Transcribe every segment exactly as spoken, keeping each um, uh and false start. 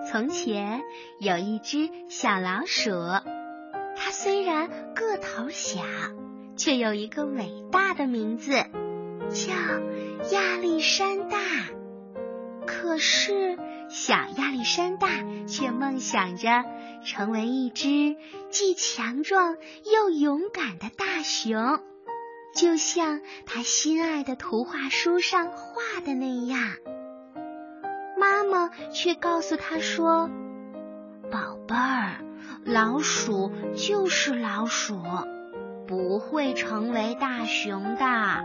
从前有一只小老鼠，它虽然个头小，却有一个伟大的名字，叫亚历山大。可是小亚历山大却梦想着成为一只既强壮又勇敢的大熊，就像他心爱的图画书上画的那样。妈妈却告诉他说，宝贝儿，老鼠就是老鼠，不会成为大熊的。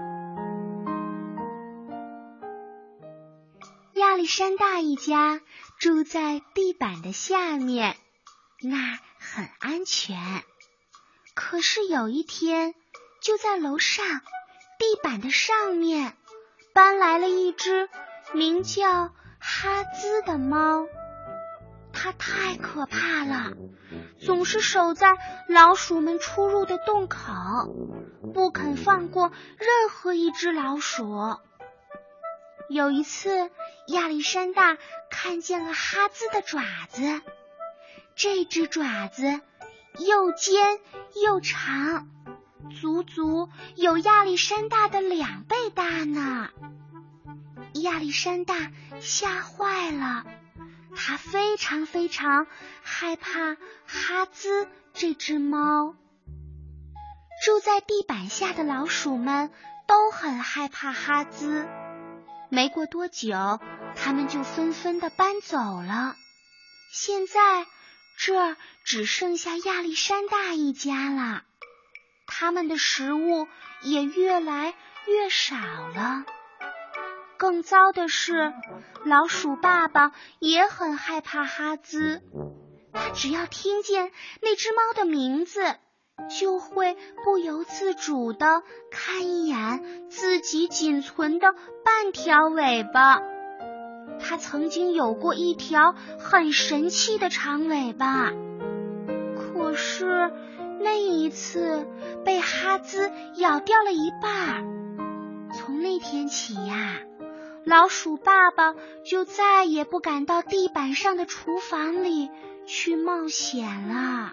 亚历山大一家住在地板的下面，那儿很安全。可是有一天，就在楼上地板的上面搬来了一只名叫哈兹的猫。它太可怕了，总是守在老鼠们出入的洞口，不肯放过任何一只老鼠。有一次，亚历山大看见了哈兹的爪子，这只爪子又尖又长，足足有亚历山大的两倍大呢。亚历山大吓坏了，他非常非常害怕哈兹这只猫。住在地板下的老鼠们都很害怕哈兹，没过多久，他们就纷纷地搬走了。现在这儿只剩下亚历山大一家了，他们的食物也越来越少了。更糟的是，老鼠爸爸也很害怕哈兹，他只要听见那只猫的名字，就会不由自主地看一眼自己仅存的半条尾巴。他曾经有过一条很神奇的长尾巴，可是那一次被哈兹咬掉了一半。从那天起呀，老鼠爸爸就再也不敢到地板上的厨房里去冒险了。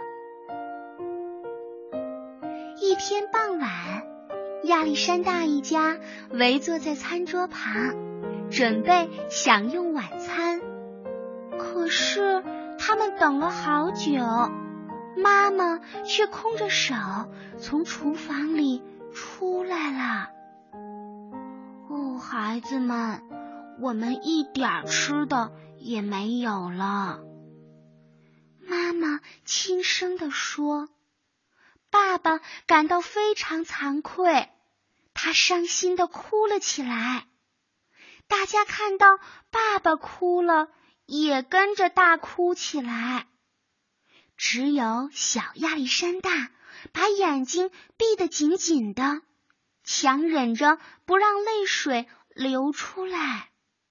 一天傍晚，亚历山大一家围坐在餐桌旁，准备享用晚餐。可是他们等了好久，妈妈却空着手从厨房里出来了。哦，孩子们，我们一点吃的也没有了。妈妈轻声地说。爸爸感到非常惭愧，他伤心地哭了起来。大家看到爸爸哭了，也跟着大哭起来。只有小亚历山大把眼睛闭得紧紧的，强忍着不让泪水流出来。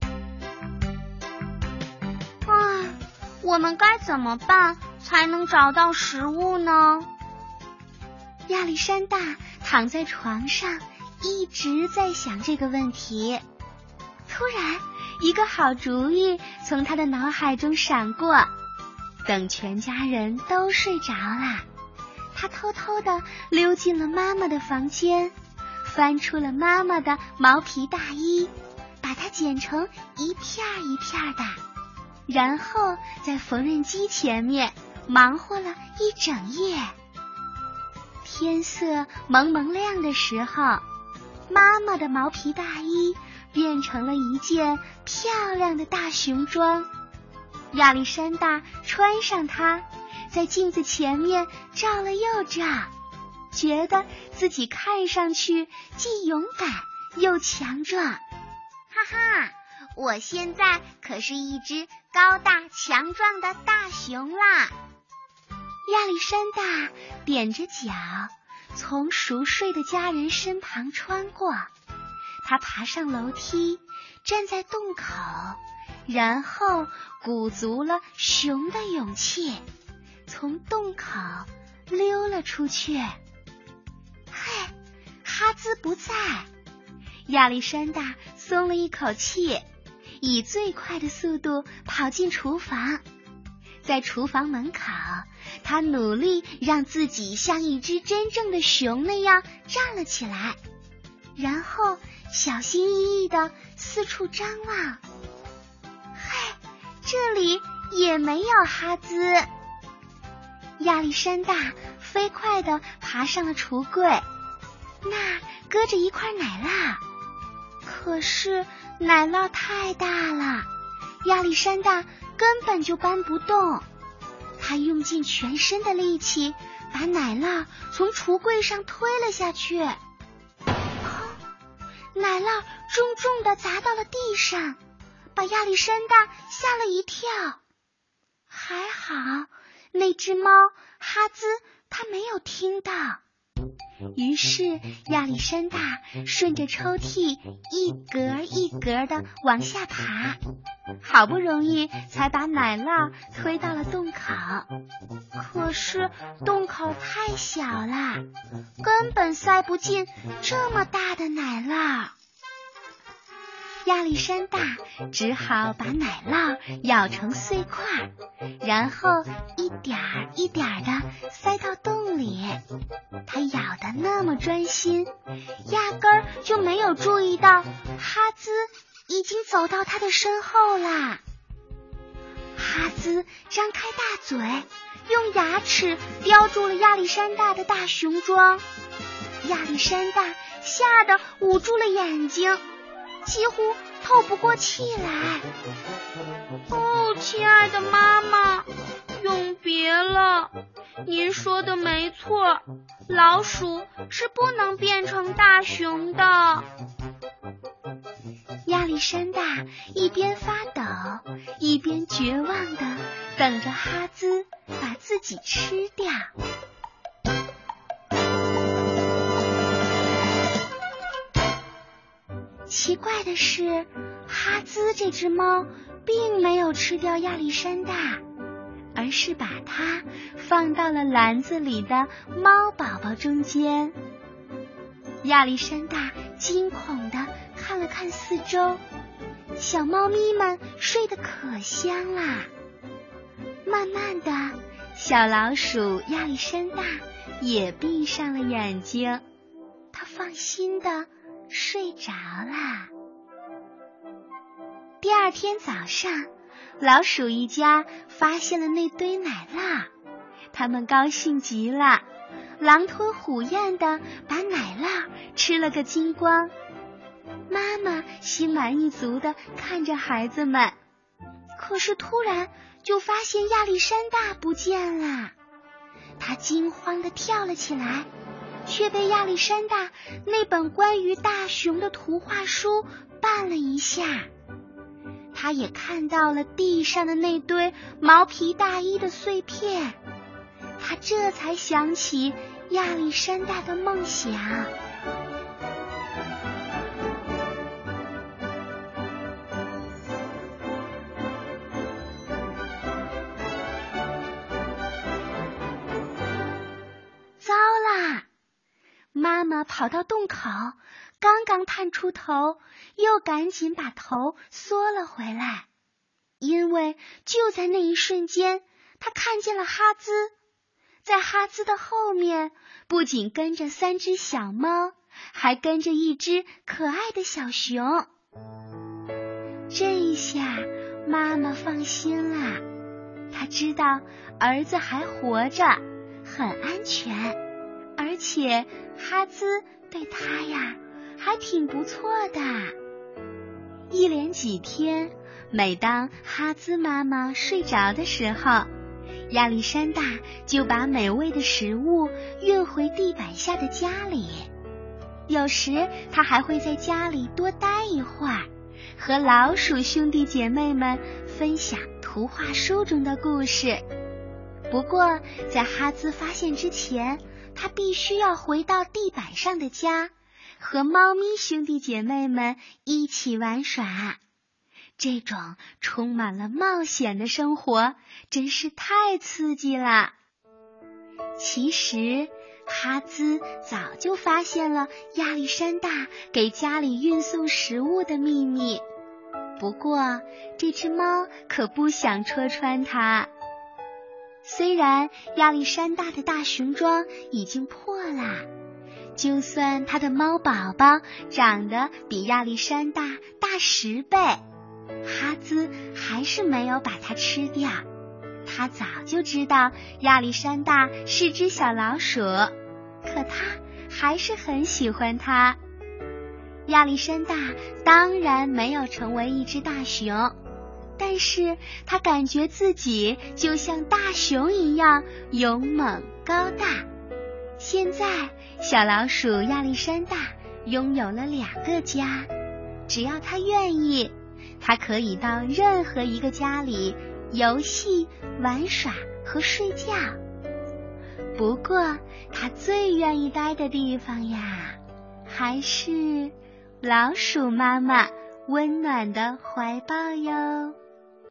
唉，我们该怎么办才能找到食物呢？亚历山大躺在床上，一直在想这个问题。突然，一个好主意从他的脑海中闪过。等全家人都睡着了，他偷偷地溜进了妈妈的房间，翻出了妈妈的毛皮大衣，把它剪成一片一片的，然后在缝纫机前面忙活了一整夜。天色蒙蒙亮的时候，妈妈的毛皮大衣变成了一件漂亮的大熊装。亚历山大穿上它，在镜子前面照了又照，觉得自己看上去既勇敢又强壮。哈哈，我现在可是一只高大强壮的大熊啦！亚历山大踮着脚从熟睡的家人身旁穿过，他爬上楼梯，站在洞口，然后鼓足了熊的勇气，从洞口溜了出去。嘿，哈兹不在！亚历山大松了一口气，以最快的速度跑进厨房， 在厨房门口，他努力让自己像一只真正的熊那样站了起来，然后小心翼翼地四处张望。嘿，这里也没有哈兹。亚历山大飞快地爬上了橱柜，那搁着一块奶酪，可是奶酪太大了，亚历山大根本就搬不动。他用尽全身的力气把奶酪从橱柜上推了下去，奶酪重重地砸到了地上，把亚历山大吓了一跳。还好那只猫哈兹它没有听到，于是亚历山大顺着抽屉一格一格地往下爬，好不容易才把奶酪推到了洞口。可是洞口太小了，根本塞不进这么大的奶酪。亚历山大只好把奶酪咬成碎块，然后一点儿一点儿地塞到洞里。他咬得那么专心，压根儿就没有注意到哈兹已经走到他的身后啦。哈兹张开大嘴，用牙齿叼住了亚历山大的大熊装。亚历山大吓得捂住了眼睛，几乎透不过气来。哦，亲爱的妈妈，永别了。您说的没错，老鼠是不能变成大熊的。亚历山大一边发抖，一边绝望地等着哈兹把自己吃掉。奇怪的是，哈兹这只猫并没有吃掉亚历山大，而是把它放到了篮子里的猫宝宝中间。亚历山大惊恐地看了看四周，小猫咪们睡得可香啦。慢慢的，小老鼠亚历山大也闭上了眼睛，它放心地睡着啦。第二天早上，老鼠一家发现了那堆奶酪，他们高兴极了，狼吞虎咽地把奶酪吃了个精光。妈妈心满意足地看着孩子们，可是突然就发现亚历山大不见了。他惊慌地跳了起来，却被亚历山大那本关于大熊的图画书绊了一下。他也看到了地上的那堆毛皮大衣的碎片，他这才想起亚历山大的梦想。糟啦！妈妈跑到洞口，刚刚探出头，又赶紧把头缩了回来，因为就在那一瞬间，她看见了哈兹。在哈兹的后面，不仅跟着三只小猫，还跟着一只可爱的小熊。这一下，妈妈放心了，她知道儿子还活着，很安全，而且哈兹对他呀还挺不错的。一连几天，每当哈兹妈妈睡着的时候，亚历山大就把美味的食物运回地板下的家里。有时他还会在家里多待一会儿，和老鼠兄弟姐妹们分享图画书中的故事。不过在哈兹发现之前，他必须要回到地板上的家，和猫咪兄弟姐妹们一起玩耍。这种充满了冒险的生活真是太刺激了。其实哈兹早就发现了亚历山大给家里运送食物的秘密，不过这只猫可不想戳穿他。 虽然亚历山大的大熊装已经破了，就算他的猫宝宝长得比亚历山大大十倍，哈兹还是没有把它吃掉。他早就知道亚历山大是只小老鼠，可他还是很喜欢它。亚历山大当然没有成为一只大熊，但是他感觉自己就像大熊一样勇猛高大。现在小老鼠亚历山大拥有了两个家，只要他愿意，他可以到任何一个家里游戏、玩耍和睡觉。不过他最愿意待的地方呀，还是老鼠妈妈温暖的怀抱哟。